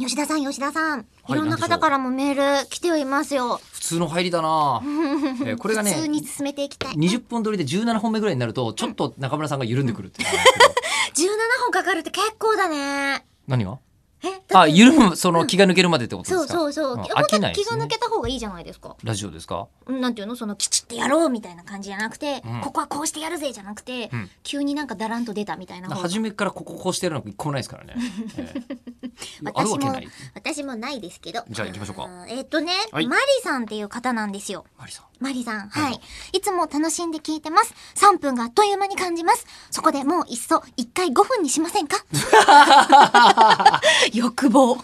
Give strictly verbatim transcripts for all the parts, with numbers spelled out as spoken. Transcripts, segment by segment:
吉田さん吉田さん、いろんな方からもメール来ていますよ。 普通の入りだな、えー、これがね普通に進めていきたい。 にじゅっぽん撮りでじゅうななほんめぐらいになるとちょっと中村さんが緩んでくるっていう、 じゅうななほんかかるって結構だね。 何がえあ、緩む、その気が抜けるまでってことですか。 そうそうそう、 うん、 飽きないですね。気が抜けた方がいいじゃないですか。 ラジオですか。 なんていうの、そのきちってやろうみたいな感じじゃなくて、 うん、こここはこうしてやるぜじゃなくて、うん、急になんかだらんと出たみたいな方が。 初めからこここうしてやるの一個もないですからね。えー、私も私もないですけど。 じゃあ行きましょうか。 えー、っとね、はい、マリさんっていう方なんですよ。 マリさん。 マリさん、はい。いつも楽しんで聞いてます。さんぷんがあっという間に感じます。そこでもういっそいっかいごふんにしませんか。欲望。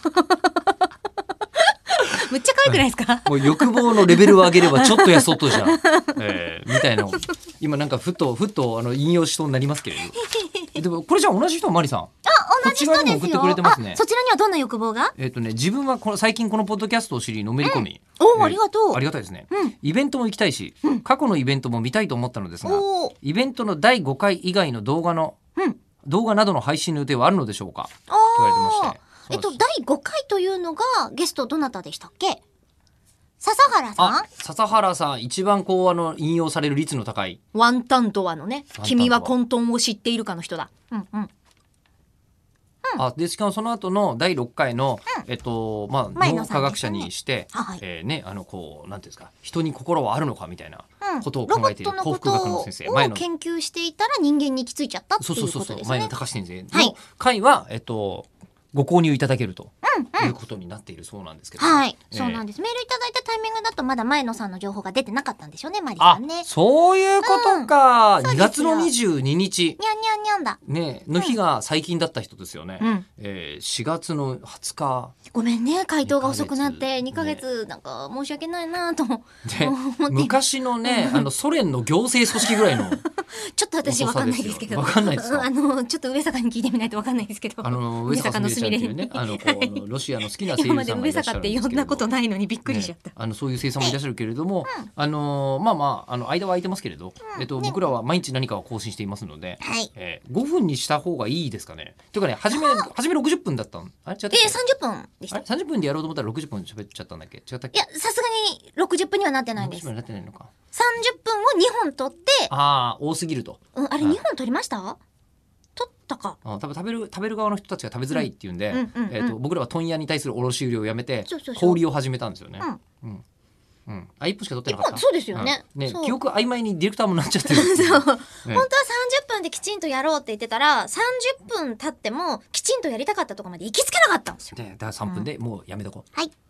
むっちゃ可愛くないですか。 もう欲望のレベルを上げればちょっとやそっとじゃん、えー、みたいな。今なんかふっとふっとあの引用しそうになりますけれど。でもこれじゃあ同じ人マリさん。 あ、同じ人ですよ。 送ってくれてますね。 そちらにはどんな欲望が。 えっ、ー、とね、自分はこの最近このポッドキャストを知りのめり込み、 うん、おー、ありがとう。 ありがたいですね、 うん、 イベントも行きたいし、うん、過去のイベントも見たいと思ったのですが、イベントのだいごかい以外の動画の、うん、動画などの配信の予定はあるのでしょうかと言われてまして。 えっとだいごかいというのがゲストどなたでしたっけ。笹原さん。 笹原さん、一番こうあの引用される率の高いワンタンとはのね、君は混沌を知っているかの人だ。うんうん。 あでしかもその後のだいろっかいの、うん、えっとまあ、脳科学者にして、はい、えー、ね、あのこうなんていうんですか、人に心はあるのかみたいなことを考えている幸福学の先生、 前の研究していたら人間に行き着いちゃったっていうことですね。そうそうそう、 前の高橋先生の回は、はい、えっとご購入いただけると、うんうん、いうことになっているそうなんですけど、 はい、えー、そうなんです。メールいただいたタイミングだとまだ前野さんの情報が出てなかったんでしょうね、マリさんね。 あ、そういうことか、うん、にがつのにじゅうににちにゃんにゃんにゃんだ、 ね、の日が最近だった人ですよね、うん、えー、しがつのはつか。 ごめんね、回答が遅くなってにかげつ、なんか申し訳ないなと思って。 昔のね、あのソ連の行政組織ぐらいのちょっと私わかんないですけど、 わかんないですか。 あのちょっと上坂に聞いてみないとわかんないですけど、 あの上坂のすみれちゃんっていうね、あのこう、はい、あのロシアの好きな声優さんがいらっしゃるんですけど、今まで上坂って呼んだことないのにびっくりしちゃった、ね、あのそういう声優さんもいらっしゃるけれども、うん、あのまあまああの間は空いてますけれど、うん、えっと、ね、僕らは毎日何かを更新していますので、はい、えー、ごふんにした方がいいですかね。というかね、初め初めろくじゅっぷんだったの。あれ違ったっけ。 えー、さんじゅっぷんでした。 さんじゅっぷんでやろうと思ったらろくじゅっぷん喋っちゃったんだっけ。違ったっけ。 いや、さすがにろくじゅっぷんにはなってないんです。 ろくじゅっぷんになってないのか。 さんじゅっぷんをにほん取って。 ああ、多すぎると。 うん、あれにほん取りました？取ったか。 あ、多分食べる食べる側の人たちが食べづらいっていうんで、えっと僕らは問屋に対する卸売をやめて小売りを始めたんですよね。うん。うん、あ、いっぷんしか取ってなかった。 そうですよね。 うん、ね、記憶曖昧にディレクターもなっちゃってる。 そう、ね、本当はさんじゅっぷんできちんとやろうって言ってたら、さんじゅっぷん経ってもきちんとやりたかったところまで行きつけなかったんですよ。 で、だからさんぷんでもうやめとこう。 はい。